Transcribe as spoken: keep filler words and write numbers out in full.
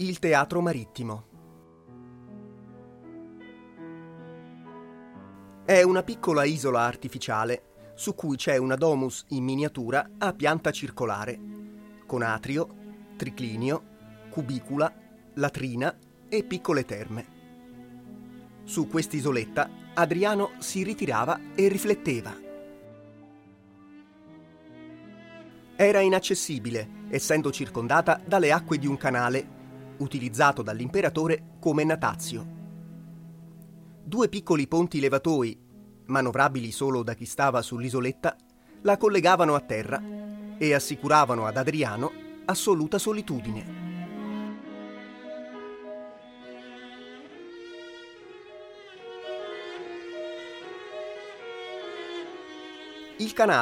Il Teatro Marittimo. È una piccola isola artificiale su cui c'è una domus in miniatura a pianta circolare, con atrio, triclinio, cubicula, latrina e piccole terme. Su quest'isoletta Adriano si ritirava e rifletteva. Era inaccessibile, essendo circondata dalle acque di un canale, utilizzato dall'imperatore come natazio. Due piccoli ponti levatoi, manovrabili solo da chi stava sull'isoletta, la collegavano a terra e assicuravano ad Adriano assoluta solitudine. Il canale